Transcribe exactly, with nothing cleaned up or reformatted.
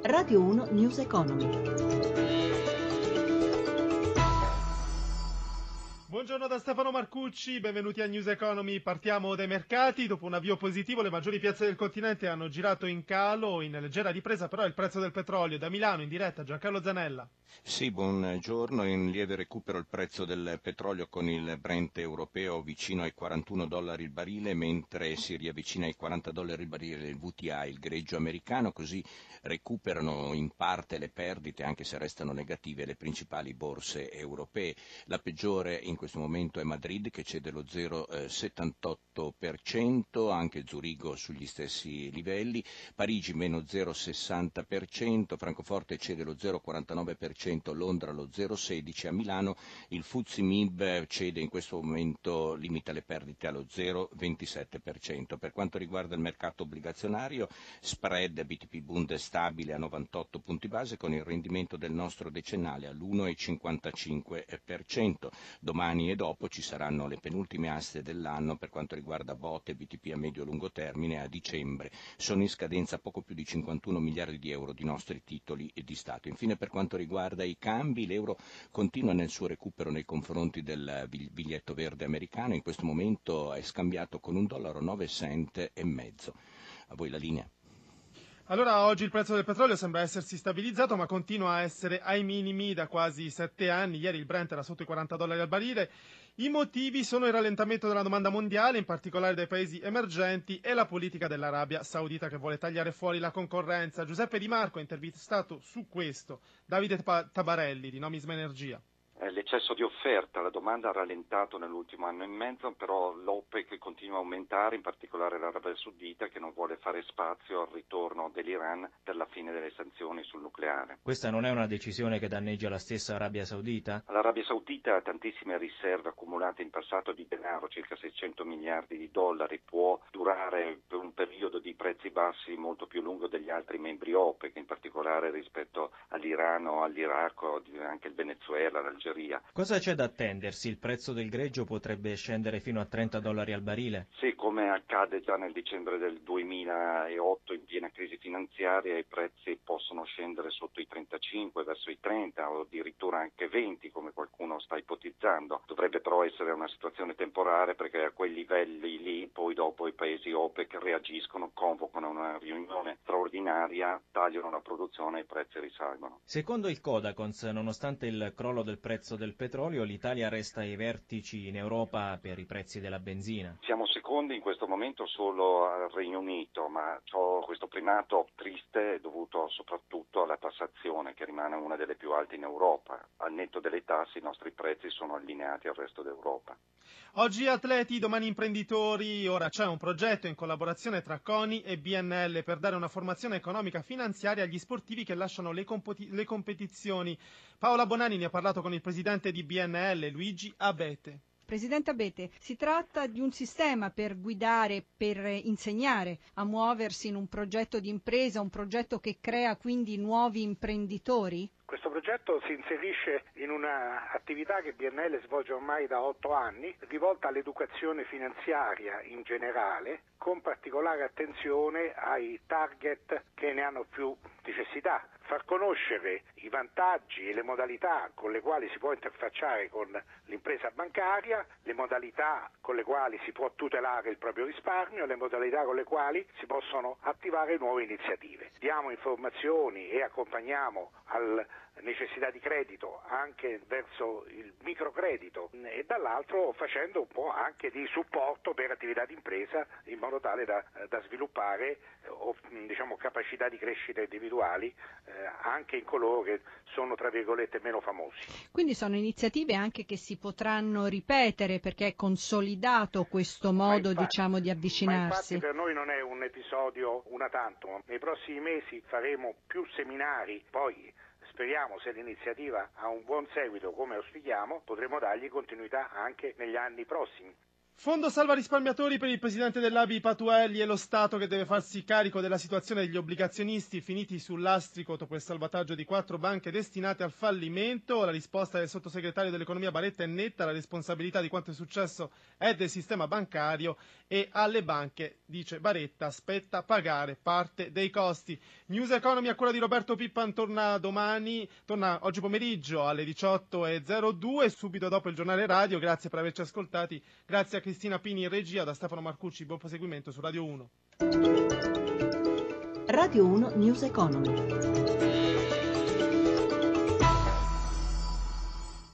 Radio uno News Economy. Buongiorno da Stefano Marcucci, benvenuti a News Economy. Partiamo dai mercati. Dopo un avvio positivo le maggiori piazze del continente hanno girato in calo, in leggera ripresa però il prezzo del petrolio. Da Milano in diretta Giancarlo Zanella. Sì, buongiorno. In lieve recupero il prezzo del petrolio con il Brent europeo vicino ai quarantuno dollari il barile, mentre si riavvicina ai quaranta dollari il barile il V T I, il greggio americano, così recuperano in parte le perdite, anche se restano negative, le principali borse europee. La peggiore in questo momento è Madrid che cede lo zero virgola settantotto per cento, anche Zurigo sugli stessi livelli, Parigi meno zero virgola sessanta per cento, Francoforte cede lo zero virgola quarantanove per cento, Londra lo zero virgola sedici per cento, a Milano il F T S E M I B cede in questo momento, limita le perdite allo zero virgola ventisette per cento. Per quanto riguarda il mercato obbligazionario, spread B T P Bund è stabile a novantotto punti base con il rendimento del nostro decennale all'uno virgola cinquantacinque per cento. Domani e dopo ci saranno le penultime aste dell'anno per quanto riguarda B O T e B T P a medio-lungo termine a dicembre. Sono in scadenza poco più di cinquantuno miliardi di euro di nostri titoli di Stato. Infine, per quanto riguarda i cambi, l'euro continua nel suo recupero nei confronti del biglietto verde americano. In questo momento è scambiato con un dollaro nove cent e mezzo. A voi la linea. Allora, oggi il prezzo del petrolio sembra essersi stabilizzato, ma continua a essere ai minimi da quasi sette anni. Ieri il Brent era sotto i quaranta dollari al barile. I motivi sono il rallentamento della domanda mondiale, in particolare dai paesi emergenti, e la politica dell'Arabia Saudita che vuole tagliare fuori la concorrenza. Giuseppe Di Marco ha intervistato su questo Davide Tabarelli di Nomisma Energia. L'eccesso di offerta, la domanda ha rallentato nell'ultimo anno e mezzo, però l'OPEC continua a aumentare, in particolare l'Arabia Saudita che non vuole fare spazio al ritorno dell'Iran per la fine delle sanzioni sul nucleare. Questa non è una decisione che danneggia la stessa Arabia Saudita? L'Arabia Saudita ha tantissime riserve accumulate in passato di denaro, circa seicento miliardi di dollari, può durare per un periodo di prezzi bassi molto più lungo degli altri membri OPEC, in particolare rispetto all'Iran o all'Iraq o anche il Venezuela, l'Algeria. Cosa c'è da attendersi? Il prezzo del greggio potrebbe scendere fino a trenta dollari al barile? Sì, come accade già nel dicembre del duemilaotto in piena crisi finanziaria, i prezzi possono scendere sotto i trentacinque, verso i trenta o addirittura anche venti, come qualcuno sta ipotizzando. Dovrebbe però essere una situazione temporanea perché a quei livelli lì poi dopo i paesi OPEC reagiscono, convocano una riunione straordinaria, tagliano la produzione e i prezzi risalgono. Secondo il Codacons, nonostante il crollo del prezzo del petrolio, l'Italia resta ai vertici in Europa per i prezzi della benzina. Siamo secondi in questo momento solo al Regno Unito, ma ciò, questo primato triste è dovuto soprattutto alla tassazione che rimane una delle più alte in Europa. Al netto delle tasse i nostri prezzi sono allineati al resto d'Europa. Oggi atleti, domani imprenditori. Ora c'è un progetto in collaborazione tra CONI e B N L per dare una formazione economica finanziaria agli sportivi che lasciano le, compoti- le competizioni. Paola Bonanni ne ha parlato con il presidente di B N L, Luigi Abete. Presidente Abete, si tratta di un sistema per guidare, per insegnare a muoversi in un progetto di impresa, un progetto che crea quindi nuovi imprenditori? Questo progetto si inserisce in un'attività che B N L svolge ormai da otto anni, rivolta all'educazione finanziaria in generale, con particolare attenzione ai target che ne hanno più necessità. Far conoscere i vantaggi e le modalità con le quali si può interfacciare con l'impresa bancaria, le modalità con le quali si può tutelare il proprio risparmio, le modalità con le quali si possono attivare nuove iniziative. Diamo informazioni e accompagniamo alla necessità di credito anche verso il microcredito e dall'altro facendo un po' anche di supporto per attività di impresa in modo tale da, da sviluppare o, diciamo, capacità di crescita individuali eh, anche in coloro che sono tra virgolette meno famosi. Quindi sono iniziative anche che si potranno ripetere perché è consolidato questo modo infatti, diciamo di avvicinarsi. Ma infatti per noi non è un episodio una tantum, nei prossimi mesi faremo più seminari, poi speriamo, se l'iniziativa ha un buon seguito come auspichiamo, potremo dargli continuità anche negli anni prossimi. Fondo salva risparmiatori per il presidente dell'A B I Patuelli e lo Stato che deve farsi carico della situazione degli obbligazionisti finiti sul lastrico dopo il salvataggio di quattro banche destinate al fallimento. La risposta del sottosegretario dell'economia Baretta è netta: la responsabilità di quanto è successo è del sistema bancario e alle banche, dice Baretta, spetta pagare parte dei costi. News Economy a cura di Roberto Pippan torna domani, torna oggi pomeriggio alle diciotto e zero due, subito dopo il giornale radio. Grazie per averci ascoltati, grazie a Cristina Pini in regia, da Stefano Marcucci, buon proseguimento su Radio uno. Radio uno News Economy.